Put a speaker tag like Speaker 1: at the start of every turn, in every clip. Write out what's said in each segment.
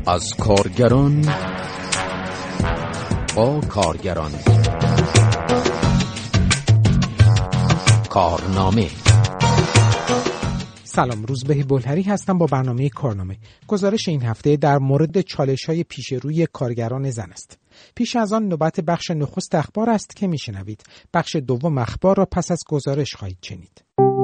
Speaker 1: از کارگران با کارگران. کارنامه.
Speaker 2: سلام، روزبه بلهری هستم با برنامه کارنامه. گزارش این هفته در مورد چالش‌های پیش روی کارگران زن است. پیش از آن نوبت بخش نخست اخبار است که میشنوید. بخش دوم اخبار را پس از گزارش خواهید شنید.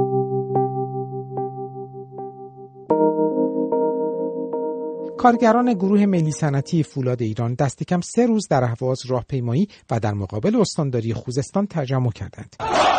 Speaker 2: کارگران گروه ملی صنعتی فولاد ایران دست کم 3 روز در اهواز راهپیمایی و در مقابل استانداری خوزستان تجمع کردند.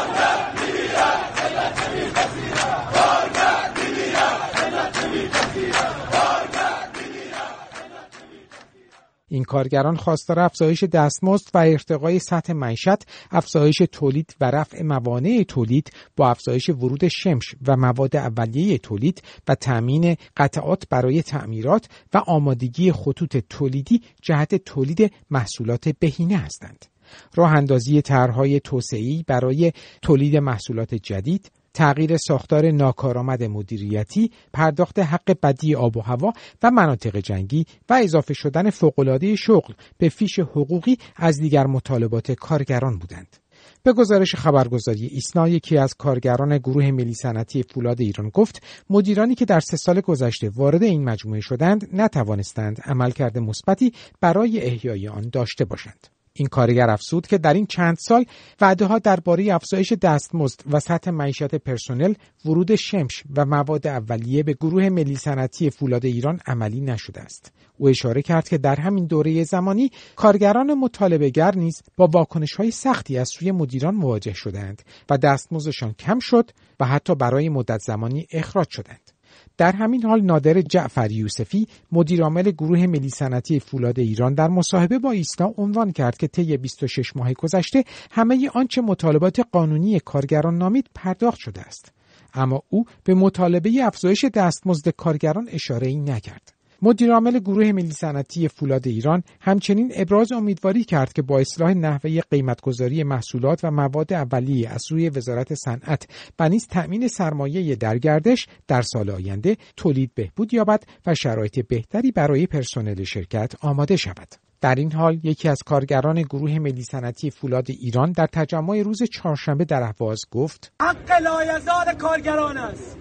Speaker 2: این کارگران خواستار افزایش دستمزد و ارتقای سطح معیشت، افزایش تولید و رفع موانع تولید با افزایش ورود شمش و مواد اولیه تولید و تأمین قطعات برای تعمیرات و آمادگی خطوط تولیدی جهت تولید محصولات بهینه هستند. راه اندازی طرح‌های توسعه‌ای برای تولید محصولات جدید، تغییر ساختار ناکارآمد مدیریتی، پرداخت حق بدی آب و هوا و مناطق جنگی و اضافه شدن فوق‌العاده شغل به فیش حقوقی از دیگر مطالبات کارگران بودند. به گزارش خبرگزاری ایسنا، یکی از کارگران گروه ملی صنعتی فولاد ایران گفت مدیرانی که در 3 سال گذشته وارد این مجموعه شدند نتوانستند عملکرد مثبتی برای احیای آن داشته باشند. این کارگر افزود که در این چند سال وعده‌ها درباره افزایش دستمزد و سطح معیشت پرسنل، ورود شمش و مواد اولیه به گروه ملی صنعتی فولاد ایران عملی نشده است. او اشاره کرد که در همین دوره زمانی کارگران مطالبه‌گر نیز با واکنش‌های سختی از سوی مدیران مواجه شدند و دستمزدشان کم شد و حتی برای مدت زمانی اخراج شدند. در همین حال نادر جعفری یوسفی، مدیرعامل گروه ملی صنعتی فولاد ایران، در مصاحبه با ایسنا عنوان کرد که طی 26 ماه گذشته همه آنچه مطالبات قانونی کارگران نامید پرداخت شده است، اما او به مطالبه افزایش دستمزد کارگران اشاره‌ای نکرد. مدیرعامل گروه ملی صنعتی فولاد ایران همچنین ابراز امیدواری کرد که با اصلاح نحوه قیمتگذاری محصولات و مواد اولیه از سوی وزارت صنعت و نیز تأمین سرمایه در گردش در سال آینده تولید بهبود یابد و شرایط بهتری برای پرسنل شرکت آماده شود. در این حال یکی از کارگران گروه ملی صنعتی فولاد ایران در تجمع روز چهارشنبه در اهواز گفت:
Speaker 3: حق لایزال کارگران است.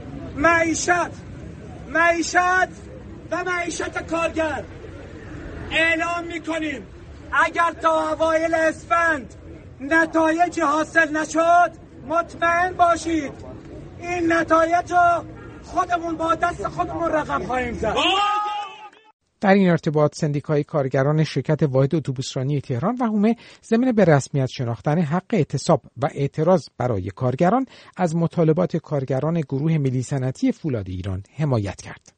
Speaker 3: معیشت کارگر. اعلام میکنیم اگر تا اوایل اسفند نتایج حاصل نشد، مطمئن باشید این نتایج رو خودمون با دست خودمون رقم خواهیم زد.
Speaker 2: در این ارتباط سندیکای کارگران شرکت واحد اتوبوسرانی تهران و حومه ضمن به رسمیت شناختن حق اعتصاب و اعتراض برای کارگران از مطالبات کارگران گروه ملی صنعتی فولاد ایران حمایت کرد.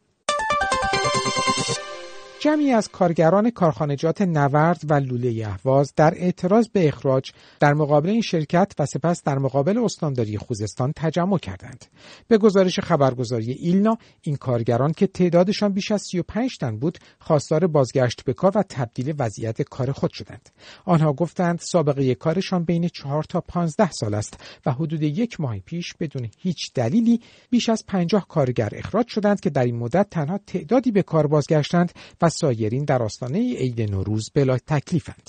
Speaker 2: جمعی از کارگران کارخانجات نورد و لوله اهواز در اعتراض به اخراج در مقابل این شرکت و سپس در مقابل استانداری خوزستان تجمع کردند. به گزارش خبرگزاری ایلنا، این کارگران که تعدادشان بیش از 35 تن بود، خواستار بازگشت به کار و تبدیل وضعیت کار خود شدند. آنها گفتند سابقه کارشان بین 4 تا 15 سال است و حدود 1 ماه پیش بدون هیچ دلیلی بیش از 50 کارگر اخراج شدند که در این مدت تنها تعدادی به کار بازگشتند و سایرین در آستانه عید نوروز بلا تکلیفند.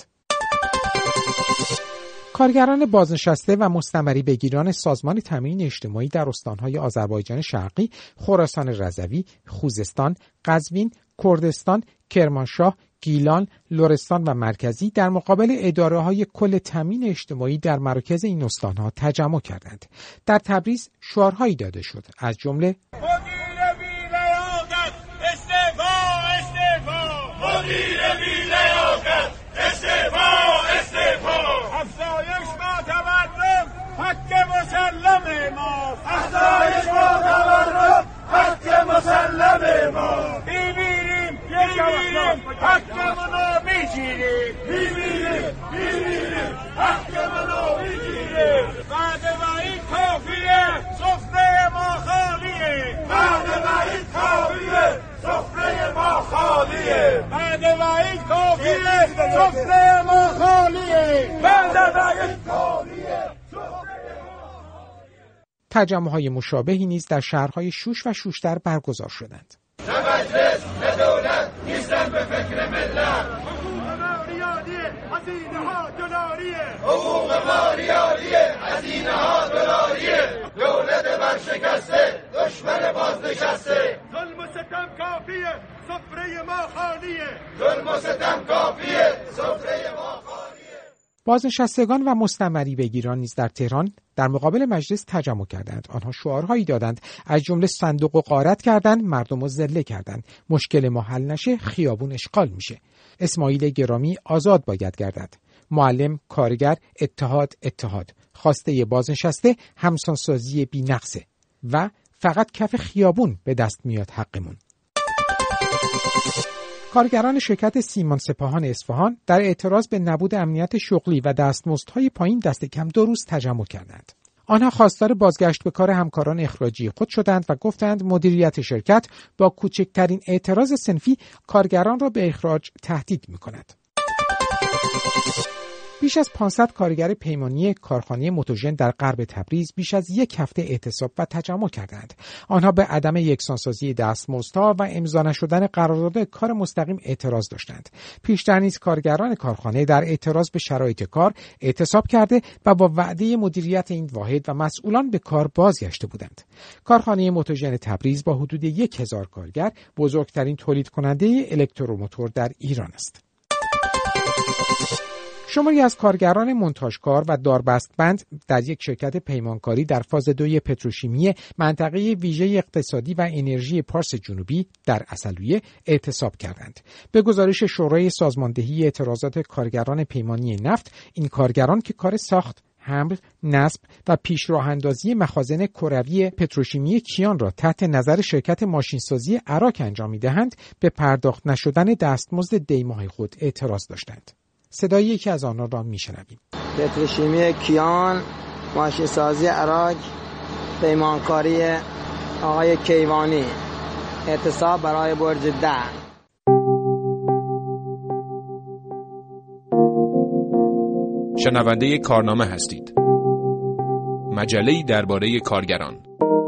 Speaker 2: کارگران بازنشسته و مستمری بگیران سازمان تامین اجتماعی در استانهای آذربایجان شرقی، خراسان رضوی، خوزستان، قزوین، کردستان، کرمانشاه، گیلان، لرستان و مرکزی در مقابل اداره‌های کل تامین اجتماعی در مراکز این استانها تجمع کردند. در تبریز شعارهایی داده شد، از جمله
Speaker 4: مدیر بی‌لیاقت استعفا استعفا، افزایش با تورم حق مسلم ما، افزایش با تورم حق مسلم ما، می‌میریم حقمونو می‌گیریم، می‌میریم حقمونو می‌گیریم. بعد وعید کافیه، سفره ما خالیه، بعد وعید کافیه، سفره ما خالیه، بعد وعید کافیه، سفره ما خالیه، بعد وعید کافیه.
Speaker 2: تجمع‌های مشابهی نیز در شهرهای شوش و شوشتر برگزار شدند.
Speaker 4: نه مجلس نه دولت نیستن به فکر ملت. حقوق ما ریالیه، هزینه ها دلاریه. حقوق ما ریالیه، هزینه ها دلاریه. دولت برشکسته، دشمن بازنشسته. ظلم و ستم کافیه، سفره ما خالیه. ظلم و ستم کافیه، سفره ما خالیه.
Speaker 2: بازنشستگان و مستمری بگیران نیز در تهران در مقابل مجلس تجمع کردند. آنها شعارهایی دادند، از جمله صندوق و غارت کردند، مردم رو ذله کردند. مشکل ما حل نشه، خیابون اشغال میشه. اسماعیل گرامی آزاد باید گردد. معلم، کارگر، اتحاد. خواسته بازنشسته همسانسازی بی‌نقصه و فقط کف خیابون به دست میاد حقمون. کارگران شرکت سیمان سپاهان اصفهان در اعتراض به نبود امنیت شغلی و دستمزدهای پایین دست کم 2 روز تجمع کردند. آنها خواستار بازگشت به کار همکاران اخراجی خود شدند و گفتند مدیریت شرکت با کوچکترین اعتراض صنفی کارگران را به اخراج تهدید می‌کند. بیش از 500 کارگر پیمانی کارخانه موتوژن در غرب تبریز بیش از 1 هفته اعتصاب و تجمع کردند. آنها به عدم یکسانسازی دستمزدها و امضا نشدن قرارداد کار مستقیم اعتراض داشتند. پیشتر نیز کارگران کارخانه در اعتراض به شرایط کار اعتصاب کرده و با وعده مدیریت این واحد و مسئولان به کار بازگشته بودند. کارخانه موتوژن تبریز با حدود 1000 کارگر بزرگترین تولید کننده الکتروموتور در ایران است. شماری از کارگران منتاژکار و داربستبند در یک شرکت پیمانکاری در فاز 2 پتروشیمی منطقه ویژه اقتصادی و انرژی پارس جنوبی در عسلویه اعتصاب کردند. به گزارش شورای سازماندهی اعتراضات کارگران پیمانی نفت، این کارگران که کار ساخت، حمل، نصب و پیشراه‌اندازی مخازن کروی پتروشیمی کیان را تحت نظر شرکت ماشینسازی عراق انجام می‌دهند، به پرداخت نشدن دستمزد دی‌ماه خود اعتراض داشتند. صدای یکی از آنها را میشنویم.
Speaker 5: پتروشیمی کیان، ماشینسازی عراق، پیمانکاری آقای کیوانی، اعتصاب برای برج 10.
Speaker 6: شنونده کارنامه هستید. مجله‌ای درباره کارگران.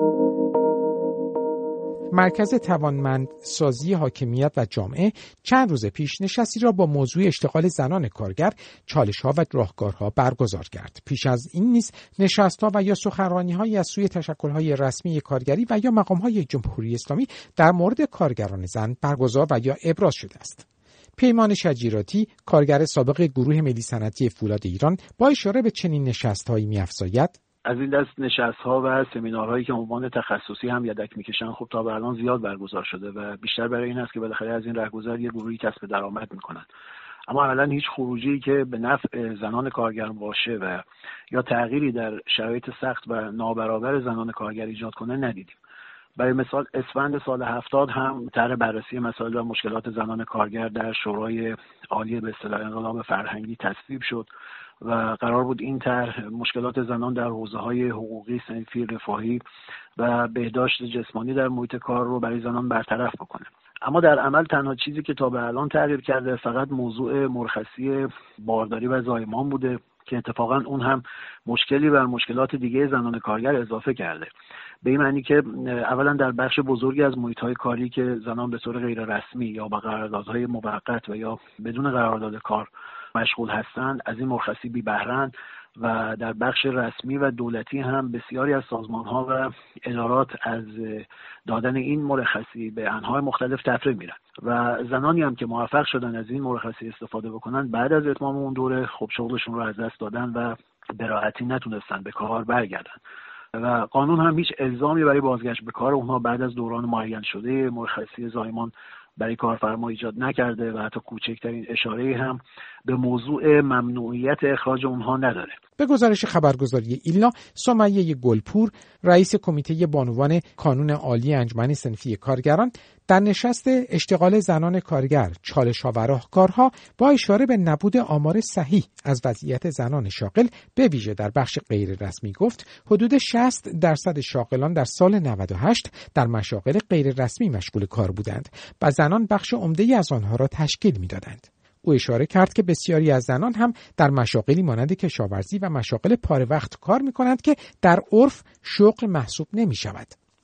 Speaker 2: مرکز توانمندسازی حاکمیت و جامعه چند روز پیش نشستی را با موضوع اشتغال زنان کارگر، چالش‌ها و راهکارها برگزار کرد. پیش از این نیز نشست‌ها و یا سخنرانی‌هایی از سوی تشکل‌های رسمی کارگری و یا مقام‌های جمهوری اسلامی در مورد کارگران زن برگزار و یا ابراز شده است. پیمان شجیراتی، کارگر سابق گروه ملی صنعتی فولاد ایران، با اشاره به چنین نشست‌هایی می‌افزاید:
Speaker 7: از این دست نشست‌ها و سمینارهایی که عنوان تخصصی هم یدک میکشن خب تا به الان زیاد برگزار شده و بیشتر برای این است که بالاخره از این رهگذر یه گروهی کسب درآمد میکنن. اما عملاً هیچ خروجی که به نفع زنان کارگر باشه و یا تغییری در شرایط سخت و نابرابر زنان کارگر ایجاد کنه ندیدیم. برای مثال اسفند سال 70 هم طرح بررسی مسائل و مشکلات زنان کارگر در شورای عالی به اصطلاح انقلاب فرهنگی تصویب شد و قرار بود این طرح مشکلات زنان در حوزه‌های حقوقی، صنفی، رفاهی و بهداشت جسمانی در محیط کار رو برای زنان برطرف بکنه. اما در عمل تنها چیزی که تا به الان تغییر کرده فقط موضوع مرخصی بارداری و زایمان بوده که اتفاقا اون هم مشکلی بر مشکلات دیگه زنان کارگر اضافه کرده. به این معنی که اولا در بخش بزرگی از محیط‌های کاری که زنان به طور غیر رسمی یا با قراردادهای موقت و یا بدون قرارداد کار مشغول هستند، از این مرخصی بی بهره‌اند و در بخش رسمی و دولتی هم بسیاری از سازمان‌ها و ادارات از دادن این مرخصی به انواع مختلف تفریح میرن و زنانی هم که موفق شدن از این مرخصی استفاده بکنن بعد از اتمام اون دوره خب شغلشون رو از دست دادن و به راحتی نتونستن به کار برگردن و قانون هم هیچ الزامی برای بازگشت به کار اونها بعد از دوران معین شده مرخصی زایمان برای کارفرما ایجاد نکرده و حتی کوچکترین اشاره‌ای هم به موضوع ممنوعیت اخراج اونها نداره.
Speaker 2: به گزارش خبرگزاری ایلنا، سمیه گلپور، رئیس کمیته بانوان کانون عالی انجمن صنفی کارگران، در نشست اشتغال زنان کارگر، چالش‌ها و راهکارها با اشاره به نبود آمار صحیح از وضعیت زنان شاغل به ویژه در بخش غیر رسمی گفت حدود 60% شاغلان در سال 98 در مشاغل غیر رسمی مشغول کار بودند و زنان بخش عمده‌ای از آنها را تشکیل می‌دادند. او اشاره کرد که بسیاری از زنان هم در مشاغلی مانند کشاورزی و مشاغل پاره وقت کار می‌کنند که در عرف شغل محسوب نمی‌شود.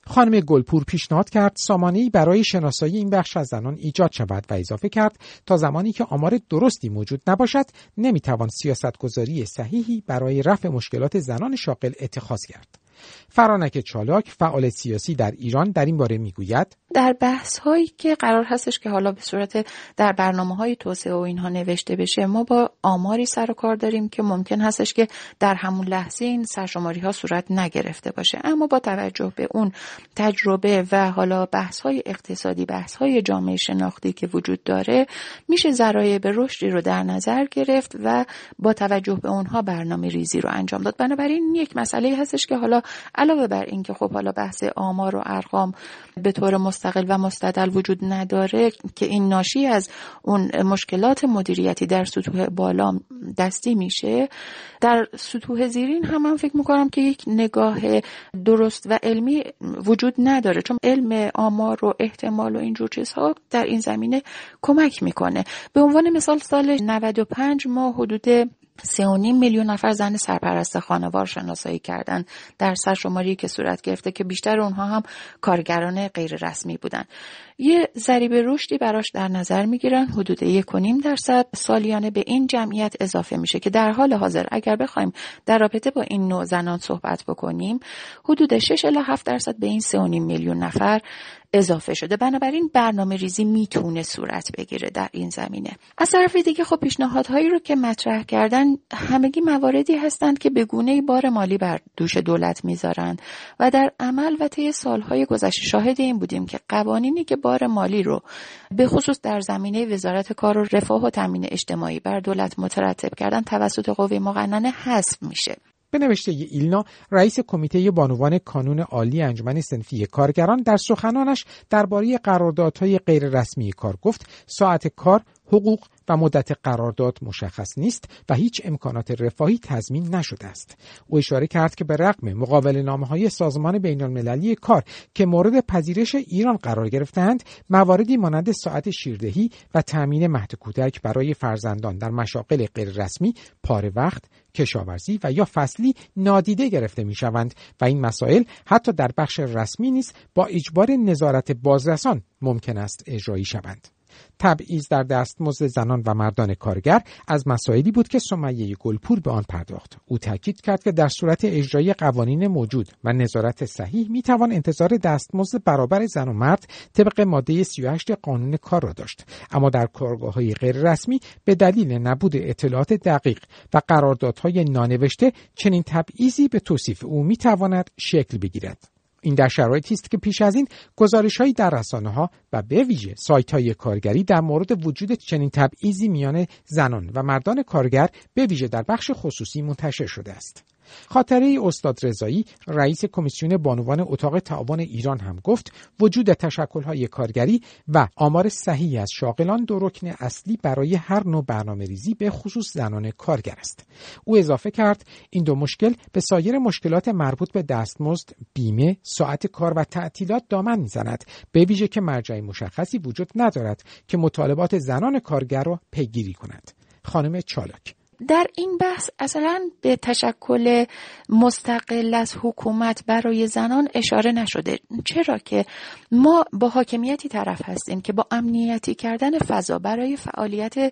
Speaker 2: خانم گلپور پیشنهاد کرد سامانه‌ای برای شناسایی این بخش از زنان ایجاد شود و اضافه کرد تا زمانی که آمار درستی موجود نباشد نمیتوان سیاستگذاری صحیحی برای رفع مشکلات زنان شاغل اتخاذ کرد. فرانک چالاک فعال سیاسی در ایران در این باره میگوید
Speaker 8: در بحث هایی که قرار هستش که حالا به صورت در برنامه‌های توسعه و اینها نوشته بشه، ما با آماری سر و کار داریم که ممکن هستش که در همون لحظه این سرشماری ها صورت نگرفته باشه، اما با توجه به اون تجربه و حالا بحث های اقتصادی، بحث های جامعه شناختی که وجود داره، میشه ذرایع به رشدی رو در نظر گرفت و با توجه به اونها برنامه ریزی رو انجام داد. بنابراین یک مسئله هستش که حالا علاوه بر این که خب حالا بحث آمار و ارقام به طور مستقل و مستدل وجود نداره که این ناشی از اون مشکلات مدیریتی در سطوح بالا دستی میشه، در سطوح زیرین هم من فکر میکنم که یک نگاه درست و علمی وجود نداره، چون علم آمار و احتمال و اینجور چیزها در این زمینه کمک میکنه. به عنوان مثال سال 95 ما حدود 3.5 میلیون نفر زن سرپرست خانوار شناسایی کردن در سرشماری که صورت گرفته که بیشتر اونها هم کارگران غیر رسمی بودن. یه ضریب رشدی براش در نظر میگیرن، حدود 1.5% سالیانه به این جمعیت اضافه میشه که در حال حاضر اگر بخوایم در رابطه با این نوع زنان صحبت بکنیم حدود 6 الی 7% به این 3.5 میلیون نفر اضافه شده. بنابراین برنامه ریزی میتونه صورت بگیره در این زمینه. از طرف دیگه خب پیشنهادهایی رو که مطرح کردن همگی مواردی هستند که به گونه‌ای بار مالی بر دوش دولت میذارن و در عمل و طی سالهای گذشته شاهد این بودیم که قوانینی که بار مالی رو به خصوص در زمینه وزارت کار و رفاه و تامین اجتماعی بر دولت مترتب کردن توسط قوه مقننه حذف میشه.
Speaker 2: به نوشته ایلنا، رئیس کمیته بانوان کانون عالی انجمن صنفی کارگران در سخنانش درباره قراردادهای غیر رسمی کار گفت ساعت کار، حقوق و مدت قرارداد مشخص نیست و هیچ امکانات رفاهی تضمین نشده است. او اشاره کرد که به رغم مقابله‌نامه‌های سازمان بین‌المللی کار که مورد پذیرش ایران قرار گرفتند، مواردی مانند ساعت شیردهی و تامین مهد کودک برای فرزندان در مشاغل غیر رسمی، پاره وقت، کشاورزی و یا فصلی نادیده گرفته می‌شوند و این مسائل حتی در بخش رسمی نیز با اجبار نظارت بازرسان ممکن است اجرایی شوند. تبعیض در دستمزد زنان و مردان کارگر از مسائلی بود که سمیه گلپور به آن پرداخت. او تاکید کرد که در صورت اجرای قوانین موجود و نظارت صحیح میتوان انتظار دستمزد برابر زن و مرد طبق ماده 38 قانون کار را داشت، اما در کارگاه‌های غیر رسمی به دلیل نبود اطلاعات دقیق و قراردادهای نانوشته چنین تبعیضی به توصیف او میتواند شکل بگیرد. این در شرایطی است که پیش از این گزارش‌هایی در رسانه‌ها و به ویژه سایت‌های کارگری در مورد وجود چنین تبعیضی میان زنان و مردان کارگر به ویژه در بخش خصوصی منتشر شده است. خاطره استاد رضایی، رئیس کمیسیون بانوان اتاق تعاون ایران هم گفت وجود تشکل‌های کارگری و آمار صحیح از شاغلان دو رکن اصلی برای هر نوع برنامه‌ریزی به خصوص زنان کارگر است. او اضافه کرد این دو مشکل به سایر مشکلات مربوط به دستمزد، بیمه، ساعت کار و تعطیلات دامن می‌زند، به ویژه که مرجع مشخصی وجود ندارد که مطالبات زنان کارگر را پیگیری کند. خانم چالاک:
Speaker 8: در این بحث اصلا به تشکل مستقل از حکومت برای زنان اشاره نشده، چرا که ما با حاکمیتی طرف هستیم که با امنیتی کردن فضا برای فعالیت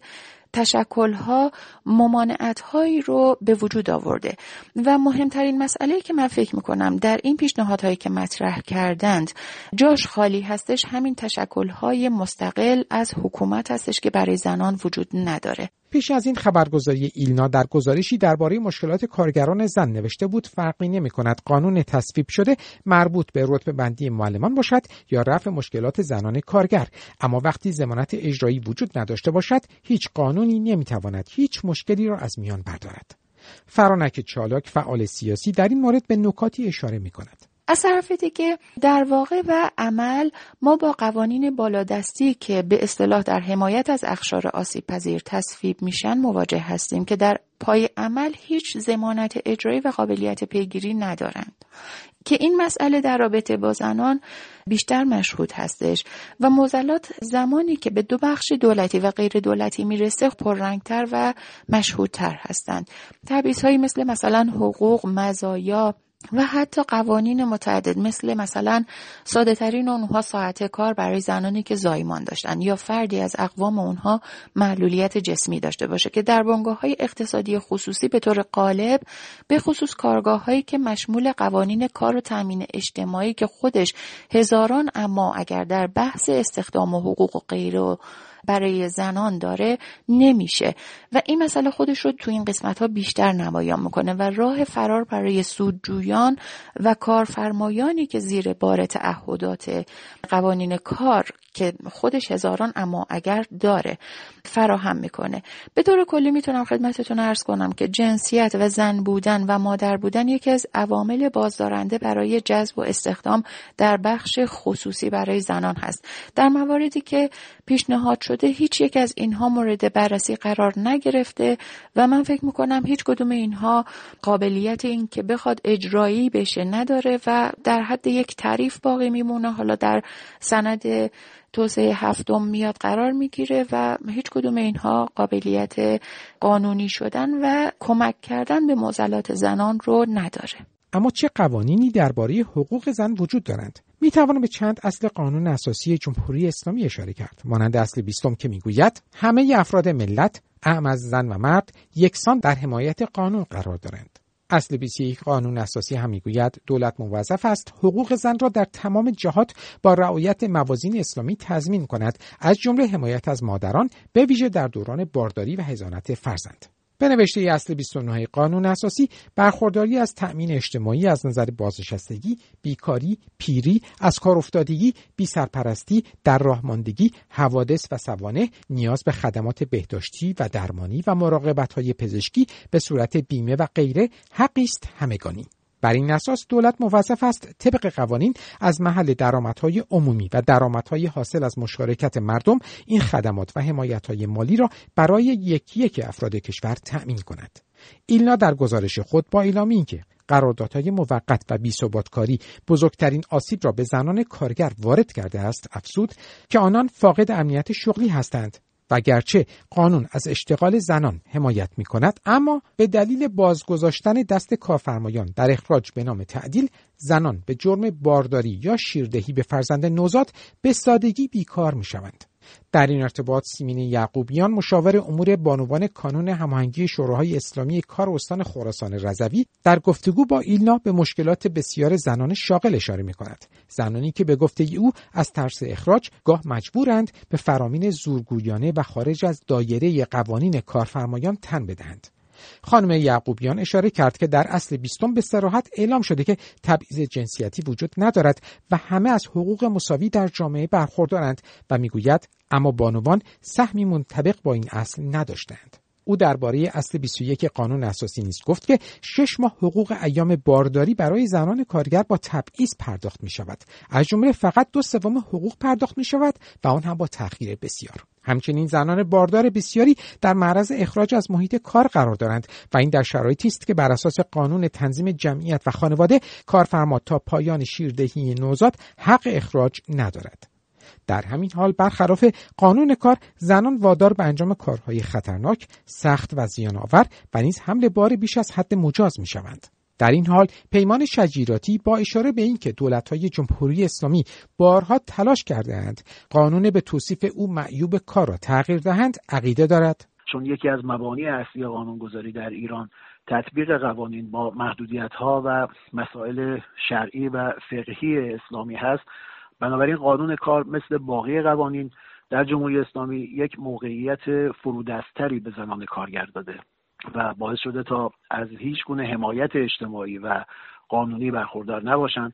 Speaker 8: تشکل‌ها ممانعت‌هایی رو به وجود آورده و مهمترین مسئله‌ای که من فکر می‌کنم در این پیشنهادهایی که مطرح کردند جاش خالی هستش همین تشکل‌های مستقل از حکومت هستش که برای زنان وجود نداره.
Speaker 2: پیش از این خبرگزاری ایلنا در گزارشی درباره مشکلات کارگران زن نوشته بود فرقی نمی‌کند قانون تصویب شده مربوط به رتبه بندی معلمان باشد یا رفع مشکلات زنان کارگر، اما وقتی ضمانت اجرایی وجود نداشته باشد هیچ قانونی نمی‌تواند هیچ مشکلی را از میان بردارد. فرانک چالاک فعال سیاسی در این مورد به نکاتی اشاره می‌کند.
Speaker 8: از طرف دیگه در واقع و عمل ما با قوانین بالادستی که به اصطلاح در حمایت از اقشار آسیب پذیر تصویب میشن مواجه هستیم که در پای عمل هیچ ضمانت اجرایی و قابلیت پیگیری ندارند که این مسئله در رابطه با زنان بیشتر مشهود هستش و معضلات زمانی که به دو بخش دولتی و غیر دولتی میرسه پررنگتر و مشهودتر هستند. تبعیض‌هایی مثل مثلا حقوق، مزایا، و حتی قوانین متعدد مثلا ساده ترین اونها ساعت کار برای زنانی که زایمان داشتن یا فردی از اقوام اونها معلولیت جسمی داشته باشه که در بنگاه‌های اقتصادی خصوصی به طور غالب به خصوص کارگاه‌هایی که مشمول قوانین کار و تامین اجتماعی که خودش هزاران اما اگر در بحث استخدام و حقوق و غیره برای زنان داره نمیشه و این مسئله خودش رو تو این قسمت ها بیشتر نمایان میکنه و راه فرار برای سودجویان و کارفرمایانی که زیر بار تعهدات قوانین کار که خودش هزاران اما اگر داره فراهم میکنه. به طور کلی میتونم خدمتتون عرض کنم که جنسیت و زن بودن و مادر بودن یکی از عوامل بازدارنده برای جذب و استخدام در بخش خصوصی برای زنان هست. در مواردی که پیشنهاد شده هیچ یک از اینها مورد بررسی قرار نگرفته و من فکر میکنم هیچ کدوم اینها قابلیت این که بخواد اجرایی بشه نداره و در حد یک تعریف باقی میمونه. حالا در سند توسعه هفتم میاد قرار میگیره و هیچ کدوم اینها قابلیت قانونی شدن و کمک کردن به معضلات زنان رو نداره.
Speaker 2: اما چه قوانینی درباره حقوق زن وجود دارند؟ می توانم به چند اصل قانون اساسی جمهوری اسلامی اشاره کرد، مانند اصل 20 که میگوید همه افراد ملت اعم از زن و مرد یکسان در حمایت قانون قرار دارند. اصل 21 قانون اساسی هم میگوید دولت موظف است حقوق زن را در تمام جهات با رعایت موازین اسلامی تضمین کند، از جمله حمایت از مادران به ویژه در دوران بارداری و حضانت فرزند. به نوشته اصل 29 قانون اساسی برخورداری از تأمین اجتماعی از نظر بازنشستگی، بیکاری، پیری، از کار افتادگی، بی‌سرپرستی، در راه ماندگی، حوادث و سوانح، نیاز به خدمات بهداشتی و درمانی و مراقبت‌های پزشکی به صورت بیمه و غیره حقی است همگانی. بر این اساس دولت موظف است طبق قوانین از محل درآمدهای عمومی و درآمدهای حاصل از مشارکت مردم این خدمات و حمایت‌های مالی را برای یکی افراد کشور تأمین کند. ایلنا در گزارش خود با اعلام اینکه قراردادهای موقت و بی‌ثباتکاری بزرگترین آسیب را به زنان کارگر وارد کرده است، افزود که آنان فاقد امنیت شغلی هستند و گرچه قانون از اشتغال زنان حمایت می کند، اما به دلیل بازگذاشتن دست کارفرمایان در اخراج به نام تعدیل، زنان به جرم بارداری یا شیردهی به فرزند نوزاد به سادگی بیکار می شوند. در این ارتباط سیمین یعقوبیان مشاور امور بانوان کانون هماهنگی شوراهای اسلامی کار استان خراسان رضوی در گفتگو با ایلنا به مشکلات بسیار زنان شاغل اشاره می‌کند. زنانی که به گفته او از ترس اخراج گاه مجبورند به فرامین زورگویانه و خارج از دایره قوانین کارفرمایان تن بدهند. خانم یعقوبیان اشاره کرد که در اصل 20 به صراحت اعلام شده که تبعیض جنسیتی وجود ندارد و همه از حقوق مساوی در جامعه برخوردارند و میگوید اما بانوان سهمی منطبق با این اصل نداشتند. او درباره اصل 21 قانون اساسی نیز گفت که 6 ماه حقوق ایام بارداری برای زنان کارگر با تبعیض پرداخت می شود. از جمله فقط 2/3 حقوق پرداخت می شود و آن هم با تأخیر بسیار. همچنین زنان باردار بسیاری در معرض اخراج از محیط کار قرار دارند و این در شرایطی است که بر اساس قانون تنظیم جمعیت و خانواده کارفرما تا پایان شیردهی نوزاد حق اخراج ندارد. در همین حال برخلاف قانون کار زنان وادار به انجام کارهای خطرناک، سخت و زیان آور و نیز حمل بار بیش از حد مجاز می شوند. در این حال پیمان شجیراتی با اشاره به این که دولت‌های جمهوری اسلامی بارها تلاش کرده‌اند قانون به توصیف او معیوب کار را تغییر دهند عقیده دارد
Speaker 7: چون یکی از مبانی اصلی قانونگذاری در ایران تطبیق قوانین با محدودیت‌ها و مسائل شرعی و فقهی اسلامی هست، بنابراین قانون کار مثل باقی قوانین در جمهوری اسلامی یک موقعیت فرودستری به زنان کارگر داده و باعث شده تا از هیچ گونه حمایت اجتماعی و قانونی برخوردار نباشند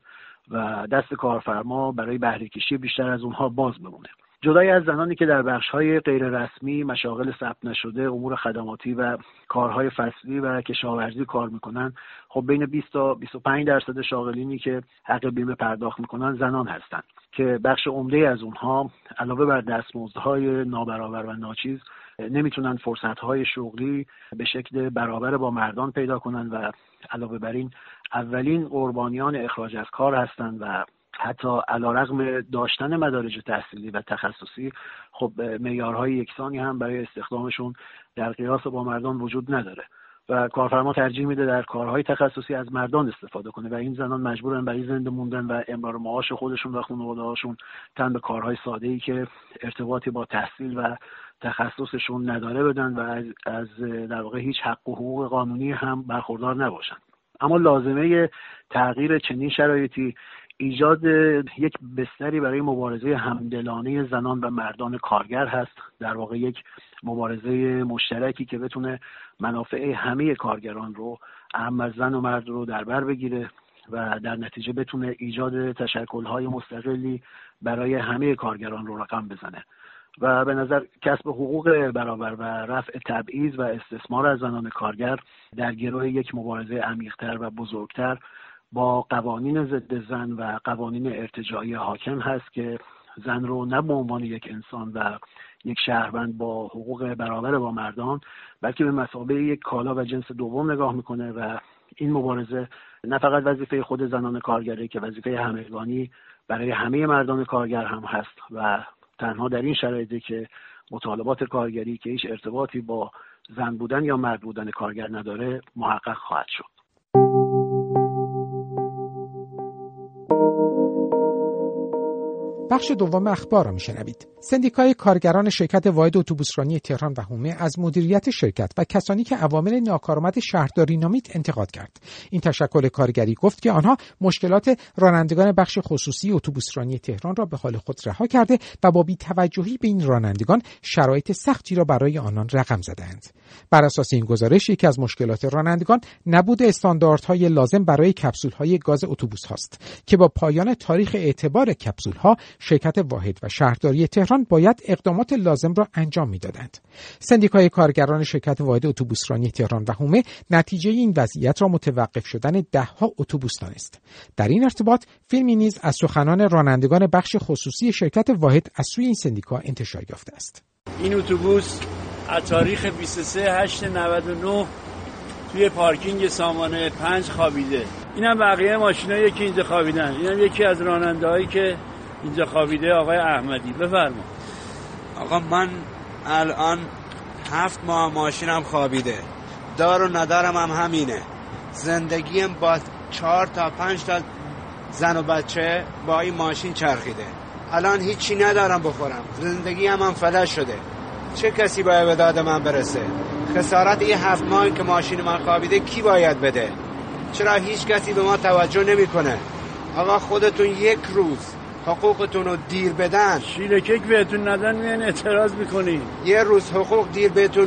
Speaker 7: و دست کارفرما برای بهره کشی بیشتر از اونها باز بمونه. جدای از زنانی که در بخش‌های غیر رسمی، مشاغل ثبت نشده، امور خدماتی و کارهای فصلی و کشاورزی کار میکنن، خب بین 20 تا 25% شاغلینی که حق بیمه پرداخت میکنن زنان هستند که بخش عمده از اونها علاوه بر دستمزدهای نابرابر و ناچیز نمیتونن فرصت‌های شغلی به شکل برابر با مردان پیدا کنن و علاوه بر این اولین قربانیان اخراج از کار هستند و حتی علیرغم داشتن مدارج تحصیلی و تخصصی خب معیارهای یکسانی هم برای استخدامشون در قیاس با مردان وجود نداره. و کارفرما ترجیح میده در کارهای تخصصی از مردان استفاده کنه و این زنان مجبورن برای زنده موندن و امرار معاش خودشون و خانواده‌هاشون تن به کارهای ساده‌ای که ارتباطی با تحصیل و تخصصشون نداره بدن و از در واقع هیچ حق و حقوق قانونی هم برخوردار نباشن. اما لازمه تغییر چنین شرایطی ایجاد یک بستری برای مبارزه همدلانه زنان و مردان کارگر هست، در واقع یک مبارزه مشترکی که بتونه منافع همه کارگران رو، اهم از زن و مرد رو در بر بگیره و در نتیجه بتونه ایجاد تشکل‌های مستقلی برای همه کارگران رو رقم بزنه و به نظر کسب حقوق برابر و رفع تبعیض و استثمار از زنان کارگر در گروه یک مبارزه عمیق‌تر و بزرگتر با قوانین ضد زن و قوانین ارتجاعی حاکم هست که زن رو نه به عنوان یک انسان و یک شهروند با حقوق برابر با مردان، بلکه به مثابه یک کالا و جنس دوم نگاه میکنه و این مبارزه نه فقط وظیفه خود زنان کارگره که وظیفه همگانی برای همه مردان کارگر هم هست و تنها در این شرایطی که مطالبات کارگری که هیچ ارتباطی با زن بودن یا مرد بودن کارگر نداره محقق خواهد شد.
Speaker 2: بخش دوم اخبار را میشنوید. سندیکای کارگران شرکت واحد اتوبوسرانی تهران و حومه از مدیریت شرکت و کسانی که عوامل ناکارآمد شهرداری نامید انتقاد کرد. این تشکل کارگری گفت که آنها مشکلات رانندگان بخش خصوصی اتوبوسرانی تهران را به حال خود رها کرده و با بی‌توجهی به این رانندگان شرایط سختی را برای آنان رقم زدند. بر اساس این گزارش یکی از مشکلات رانندگان نبود استانداردهای لازم برای کپسول‌های گاز اتوبوس هاست که با پایان تاریخ اعتبار کپسول‌ها شرکت واحد و شهرداری تهران باید اقدامات لازم را انجام می‌دادند. سندیکای کارگران شرکت واحد اتوبوسرانی تهران و حومه نتیجه این وضعیت را متوقف شدن ده‌ها اتوبوس دانست. در این ارتباط فیلمی نیز از سخنان رانندگان بخش خصوصی شرکت واحد از سوی این سندیکا انتشار یافته است.
Speaker 9: این اتوبوس از تاریخ 23/8/99 توی پارکینگ سامانه 5 خوابیده. اینم بقیه ماشینایی که اینجا خوابیدن. اینم یکی از راننده‌هایی که اینجا خوابیده، آقای احمدی. بفرما.
Speaker 10: آقا من الان 7 ماه ماشینم خوابیده، دار و ندارم هم همینه. زندگیم با 4 تا 5 تا زن و بچه با این ماشین چرخیده. الان هیچی ندارم بخورم، زندگی هم فلج شده. چه کسی باید به داد من برسه؟ خسارت این 7 ماهی که ماشین من خوابیده کی باید بده؟ چرا هیچ کسی به ما توجه نمیکنه؟ آقا خودتون یک روز حقوقتون رو دیر بدن،
Speaker 9: شیله کیک بهتون ندن میان اعتراض میکنی.
Speaker 10: یه روز حقوق دیر بهتون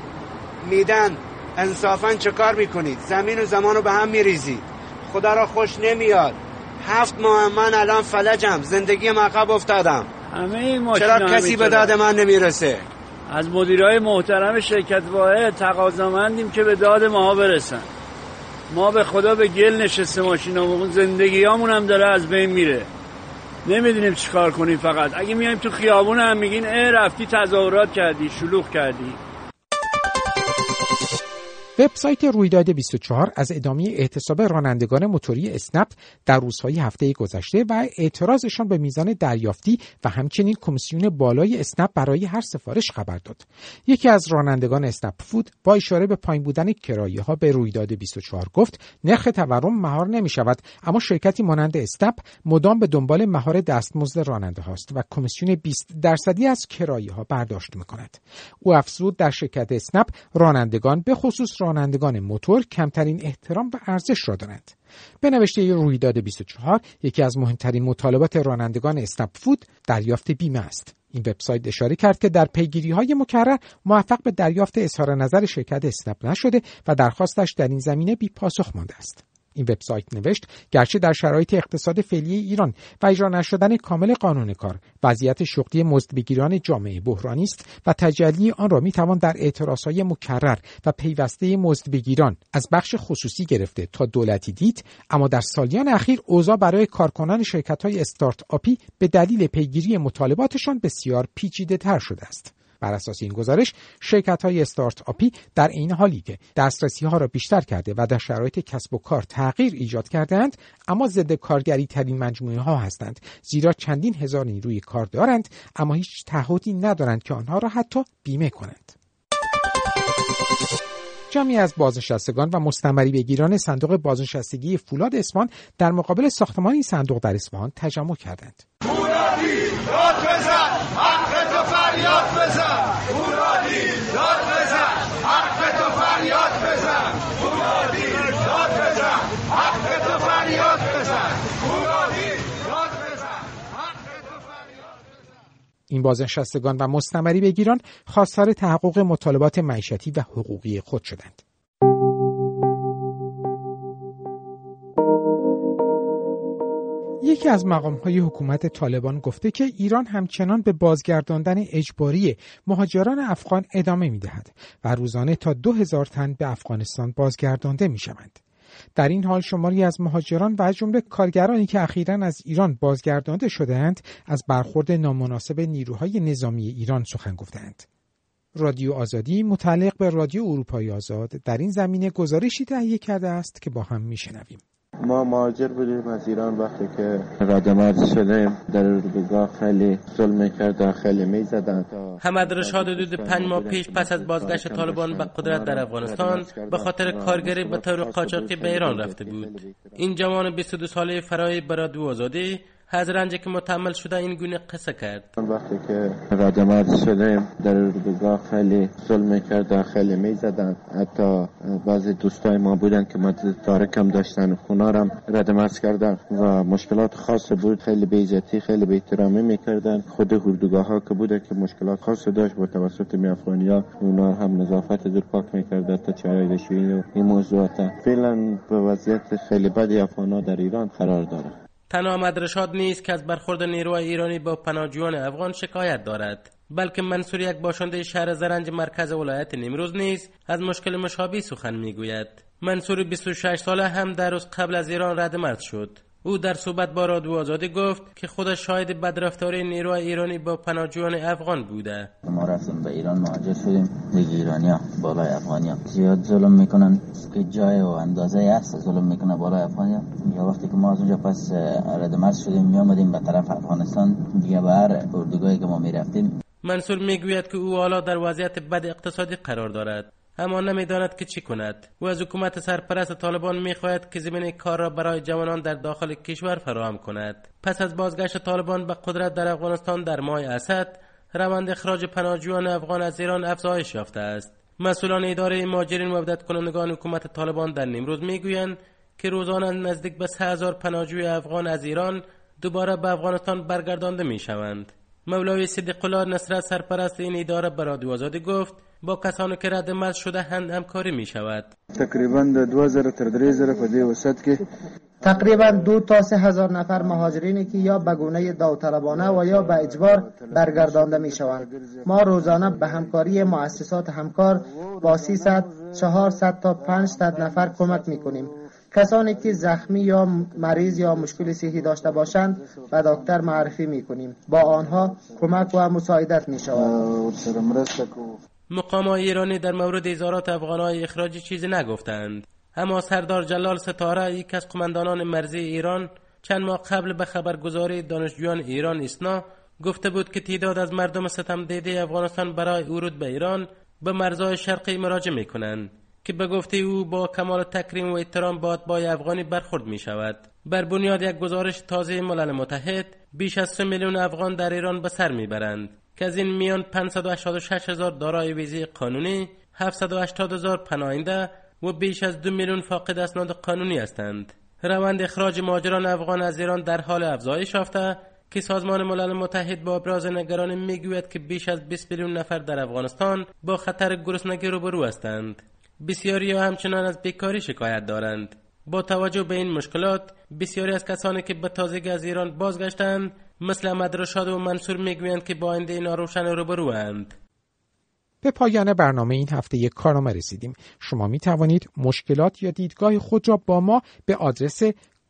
Speaker 10: میدن، انصافا چه کار میکنید؟ زمین و زمان رو به هم میریزید. خدا را خوش نمیاد. 7 ماه من الان فلجم، زندگیم عقب افتادم. چرا کسی به داد من نمیرسه؟
Speaker 9: از مدیرای محترم شرکت واحد تقاضامندیم که به داد ماها برسن. ما به خدا به گل نشسته ماشینامون، زندگیامون هم داره از بین میره. نمیدونیم چیکار کنیم. فقط اگه میایم تو خیابون هم میگین رفتی تظاهرات کردی، شلوغ کردی.
Speaker 2: وبسایت رویداد 24 از ادامه اعتصاب رانندگان موتوری اسنپ در روزهای هفته گذشته و اعتراضشان به میزان دریافتی و همچنین کمیسیون بالای اسنپ برای هر سفارش خبر داد. یکی از رانندگان اسنپ فود با اشاره به پایین بودن کرایه‌ها به رویداد 24 گفت نرخ تورم مهار نمی‌شود، اما شرکتی مانند اسنپ مدام به دنبال مهار دستمزد راننده هاست و کمیسیون 20% از کرایه‌ها برداشت می‌کند. او افزود در شرکت اسنپ رانندگان به خصوص رانندگان موتور کمترین احترام و ارزش را دارند. به نوشته رویداد 24 یکی از مهمترین مطالبات رانندگان اسنپ فود دریافت بیمه است. این وبسایت اشاره کرد که در پیگیری‌های مکرر موفق به دریافت اظهار نظر شرکت اسنپ نشده و درخواستش در این زمینه بی پاسخ مانده است. این وبسایت نوشت گرچه در شرایط اقتصاد فعلی ایران و اجرا نشدن کامل قانون کار وضعیت شغلی مزدبگیران جامعه بحرانی است و تجلی آن را میتوان در اعتراضهای مکرر و پیوسته مزدبگیران از بخش خصوصی گرفته تا دولتی دید، اما در سالیان اخیر اوضاع برای کارکنان شرکت‌های استارت آپی به دلیل پیگیری مطالباتشان بسیار پیچیده‌تر شده است. بر اساس این گزارش شرکت‌های استارت آپی در این حالی که دسترسی‌ها را بیشتر کرده و در شرایط کسب و کار تغییر ایجاد کردند، اما ضد کارگری ترین مجموعه‌ها هستند، زیرا چندین هزار نیروی کار دارند اما هیچ تعهدی ندارند که آنها را حتی بیمه کنند. جمعی از بازنشستگان و مستمری بگیران صندوق بازنشستگی فولاد اصفهان در مقابل ساختمان این صندوق در اصفهان تجمع کردند.
Speaker 4: فولادی داد بزن، حق تو فریاد بزن. فولادی داد بزن، حق تو فریاد بزن. فولادی داد بزن، حق تو فریاد بزن. فولادی داد بزن، حق تو فریاد بزن.
Speaker 2: این بازنشستگان و مستمری بگیران خواستار تحقق مطالبات معیشتی و حقوقی خود شدند. یکی از مقام‌های حکومت طالبان گفته که ایران همچنان به بازگرداندن اجباری مهاجران افغان ادامه می‌دهد و روزانه تا 2000 تن به افغانستان بازگردانده می‌شوند. در این حال شماری از مهاجران و از جمله کارگرانی که اخیراً از ایران بازگردانده شده‌اند از برخورد نامناسب نیروهای نظامی ایران سخن گفتند. رادیو آزادی متعلق به رادیو اروپای آزاد در این زمینه گزارشی تهیه کرده است که با هم می‌شنویم.
Speaker 11: ما مهاجر بودیم از ایران. وقتی که رادمرز شدیم در اردوگاه خیلی ظلم کرد، خیلی میزدن.
Speaker 12: حمد رشاد حدود 5 ماه پیش پس از بازگشت طالبان به قدرت در افغانستان به خاطر کارگری به طور قاچاقی به ایران رفته بود. این جوان 22 ساله فراری به رادیو آزادی از رنجی که متحمل شده این گونه قصه کرد.
Speaker 11: وقتی که رادمرز شدیم در اردوگاه خیلی ظلم کرد، خیلی میزدن. حتی بعضی دوستای ما بودن که مدد تارکم داشتن، خونارم رادمرز کردن و مشکلات خاص بود. خیلی بی‌عزتی، خیلی بی‌احترامی میکردن. خود اردوگاه ها که بوده که مشکلات خاص داشت با توسط افغانیا، اونا هم نظافت دور پاک میکردن تا چای دشویی و این موضوعات. فعلا به وضعیت خیلی بدی افغانا در ایران قرار داره.
Speaker 12: تنها حمد رشاد نیست که از برخورد نیروهای ایرانی با پناهجویان افغان شکایت دارد، بلکه منصور، یک باشنده شهر زرنج مرکز ولایت نیمروز نیز از مشکل مشابه سخن میگوید. منصور 26 ساله هم در روز قبل از ایران ردمرد شد. او در صحبت با رادیو آزادی گفت که خودش شاهد بدرفتاری نیروهای ایرانی با پناهجویان افغان بوده.
Speaker 13: ما رفتیم به ایران، مهاجر شدیم. دیگه ایرانیا بالای افغانیا زیاد ظلم میکنن که جای و اندازه است ظلم میکنه بالای افغانیا. یا وقتی که ما از اونجا پس ردمرز شدیم میامدیم به طرف افغانستان، دیگه به هر اردوگاهی که ما میرفتیم.
Speaker 12: منصور میگوید که او حالا در وضعیت بد اقتصادی قرار دارد، اما نمیداند که چی کند. و از حکومت سرپرست طالبان میخواهد که زمینه کار را برای جوانان در داخل کشور فراهم کند. پس از بازگشت طالبان به قدرت در افغانستان در ماه اسد، روند اخراج پناهجویان افغان از ایران افزایش یافته است. مسئولان اداره مهاجرین و عودت کنندگان حکومت طالبان در نیمروز میگویند که روزانه نزدیک به 3000 پناهجوی افغان از ایران دوباره به افغانستان برگردانده میشوند. مولوی صدیق الله نصرت سرپرست این اداره به رادیو آزادی گفت با کسانی که ردمرز شده همکاری می شود.
Speaker 11: تقریبا 2000 تا 3000 په دې وسط کې
Speaker 14: تقریبا 2 تا 3000 نفر مهاجرینی که یا به گونه داوطلبانه و یا به اجبار برگردانده می شوند. ما روزانه به همکاری مؤسسات همکار با 300 400 تا 500 نفر کمک می کنیم. کسانی که زخمی یا مریض یا مشکل صحی داشته باشند به دکتر معرفی می کنیم. با آنها کمک و مساعدت می شود.
Speaker 12: مقامات ایرانی در مورد اظهارات افغانهای اخراجی چیزی نگفتند، اما سردار جلال ستاره، یک از قماندانان مرزی ایران، چند ماه قبل به خبرگزاری دانشجویان ایران اسنا گفته بود که تعداد از مردم ستم دیده افغانستان برای ورود به ایران به مرزهای شرقی مراجعه می‌کنند که به گفته او با کمال تکریم و احترام با اتباع افغانی برخورد می شود. بر بنیاد یک گزارش تازه ملل متحد، بیش از 3 میلیون افغان در ایران به سر میبرند که از این میان 586,000 دارای ویزه قانونی، 780,000 پناهنده و بیش از 2 میلیون فاقد اسناد قانونی هستند. روند اخراج مهاجران افغان از ایران در حال افزایش یافته که سازمان ملل متحد با ابراز نگرانی میگوید که بیش از 20 میلیون نفر در افغانستان با خطر گرسنگی روبرو هستند. بسیاری همچنان از بیکاری شکایت دارند. با توجه به این مشکلات، بسیاری از کسانی که به تازگی از ایران بازگشتند مثل حمد رشاد و منصور میگویند که با آینده ناروشن روبروند.
Speaker 2: به پایان برنامه این هفته یک کارنامه رسیدیم. شما می توانید مشکلات یا دیدگاه خود را با ما به آدرس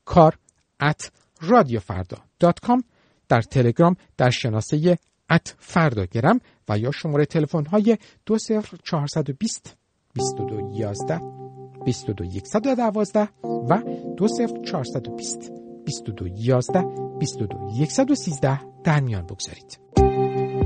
Speaker 2: kar@radiofarda.com در تلگرام در شناسه @فرداگرم و یا شماره تلفن های 20420 2211 22112 و 20420 2211 22113 در میان بگذارید.